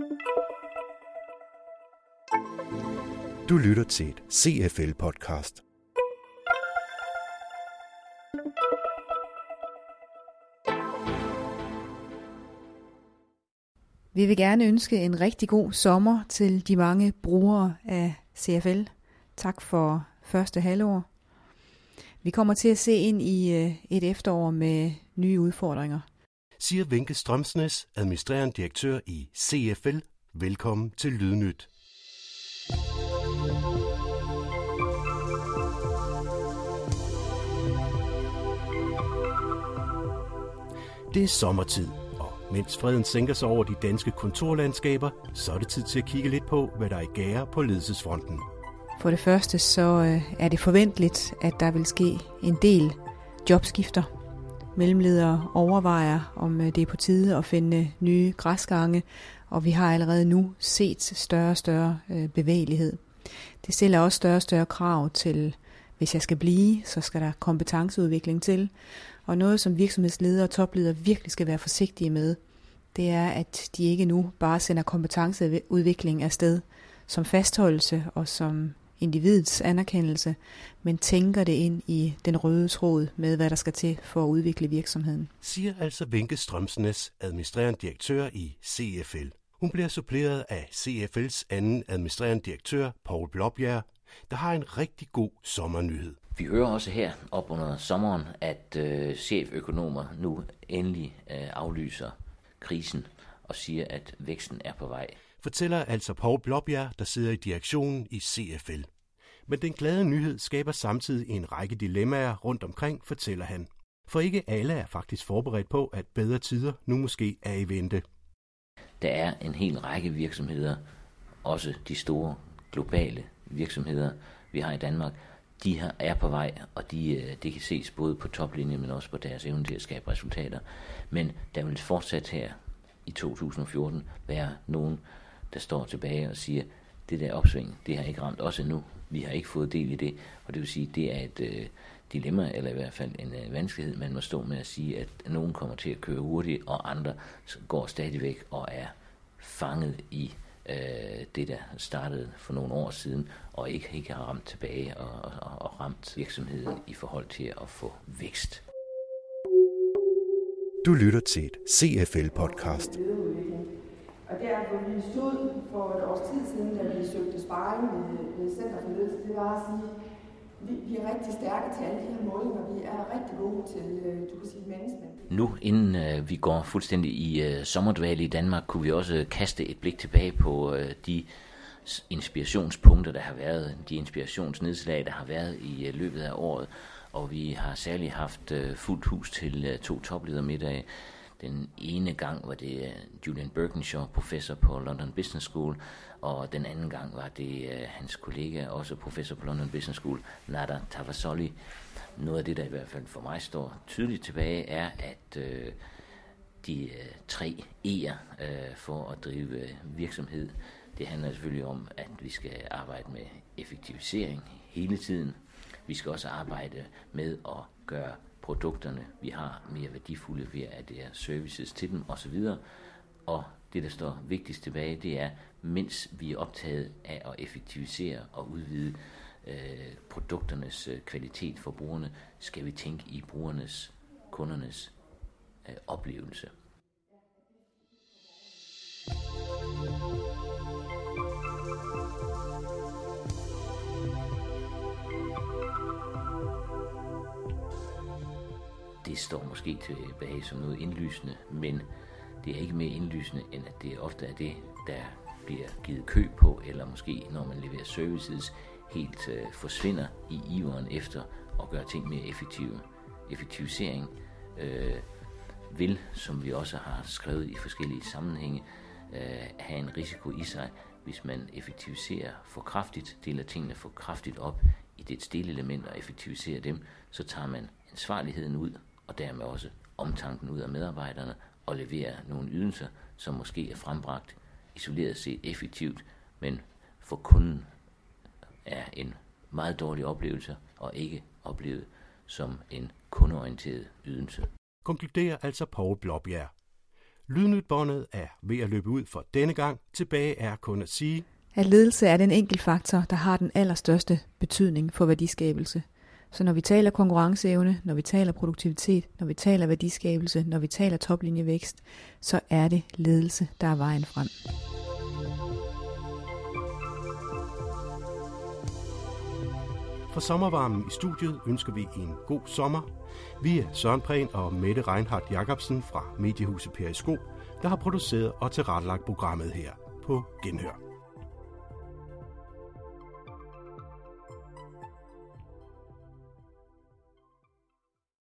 Du lytter til et CFL-podcast. Vi vil gerne ønske en rigtig god sommer til de mange brugere af CFL. Tak for første halvår. Vi kommer til at se ind i et efterår med nye udfordringer. Siger Wenche Strømsnes, administrerende direktør i CFL. Velkommen til Lydnyt. Det er sommertid, og mens freden sænker sig over de danske kontorlandskaber, så er det tid til at kigge lidt på, hvad der er i gære på ledelsesfronten. For det første så er det forventeligt, at der vil ske en del jobskifter. Mellemledere overvejer, om det er på tide at finde nye græsgange, og vi har allerede nu set større og større bevægelighed. Det stiller også større og større krav til, hvis jeg skal blive, så skal der kompetenceudvikling til. Og noget, som virksomhedsledere og topledere virkelig skal være forsigtige med, det er, at de ikke nu bare sender kompetenceudvikling afsted som fastholdelse og som individets anerkendelse, men tænker det ind i den røde tråd med, hvad der skal til for at udvikle virksomheden. Siger altså Wenche Strømsnes, administrerende direktør i CFL. Hun bliver suppleret af CFL's anden administrerende direktør, Poul Blåbjerg, der har en rigtig god sommernyhed. Vi hører også her op under sommeren, at cheføkonomer nu endelig aflyser krisen og siger, at væksten er på vej. Fortæller altså Poul Blåbjerg, der sidder i direktionen i CFL. Men den glade nyhed skaber samtidig en række dilemmaer rundt omkring, fortæller han. For ikke alle er faktisk forberedt på, at bedre tider nu måske er i vente. Der er en hel række virksomheder, også de store globale virksomheder, vi har i Danmark, de her er på vej, og det kan ses både på toplinjen, men også på deres evne til at skabe resultater. Men der vil fortsat her i 2014 være nogen, der står tilbage og siger, det der opsving, det har ikke ramt os endnu. Vi har ikke fået del i det, og det vil sige, det er et dilemma, eller i hvert fald en vanskelighed, man må stå med at sige, at nogen kommer til at køre hurtigt, og andre går stadigvæk og er fanget i det, der startede for nogle år siden, og ikke har ramt tilbage og ramt virksomheden i forhold til at få vækst. Du lytter til et CFL-podcast. Og der, hvor vi stod for et års tid siden, da vi søgte sparring med Center for Ledelse, det var at sige, vi er rigtig stærke til alle de her målinger. Vi er rigtig gode til, du kan sige, management. Nu, inden vi går fuldstændig i sommerdvale i Danmark, kunne vi også kaste et blik tilbage på de inspirationspunkter, der har været, de inspirationsnedslag, der har været i løbet af året. Og vi har særligt haft fuldt hus til 2 topledermiddage. Den ene gang var det Julian Birkinshaw, professor på London Business School, og den anden gang var det hans kollega, også professor på London Business School, Nada Tavasoli. Noget af det, der i hvert fald for mig står tydeligt tilbage, er, at de 3 E'er for at drive virksomhed, det handler selvfølgelig om, at vi skal arbejde med effektivisering hele tiden. Vi skal også arbejde med at gøre produkterne, vi har, mere værdifulde ved at det er services til dem osv. Og det, der står vigtigst tilbage, det er, mens vi er optaget af at effektivisere og udvide produkternes kvalitet for brugerne, skal vi tænke i brugernes, kundernes oplevelse. Det står måske tilbage som noget indlysende, men det er ikke mere indlysende, end at det ofte er det, der bliver givet køb på, eller måske når man leverer services, helt forsvinder i iveren efter at gøre ting mere effektive. Effektivisering vil, som vi også har skrevet i forskellige sammenhænge, have en risiko i sig, hvis man effektiviserer for kraftigt, deler tingene for kraftigt op i det delelement og effektiviserer dem, så tager man ansvarligheden ud, og dermed også omtanken ud af medarbejderne, og leverer nogle ydelser, som måske er frembragt isoleret set effektivt, men for kunden er en meget dårlig oplevelse, og ikke oplevet som en kundeorienteret ydelse. Konkluderer altså Poul Blåbjerg. Lydnytbåndet er ved at løbe ud for denne gang. Tilbage er kun at sige, at ledelse er den enkeltfaktor, der har den allerstørste betydning for værdiskabelse. Så når vi taler konkurrenceevne, når vi taler produktivitet, når vi taler værdiskabelse, når vi taler toplinjevækst, så er det ledelse, der er vejen frem. For sommervarmen i studiet ønsker vi en god sommer. Vi er Søren Prehn og Mette Reinhardt Jacobsen fra Mediehuset Periskop, der har produceret og tilrettelagt programmet her på Genhør.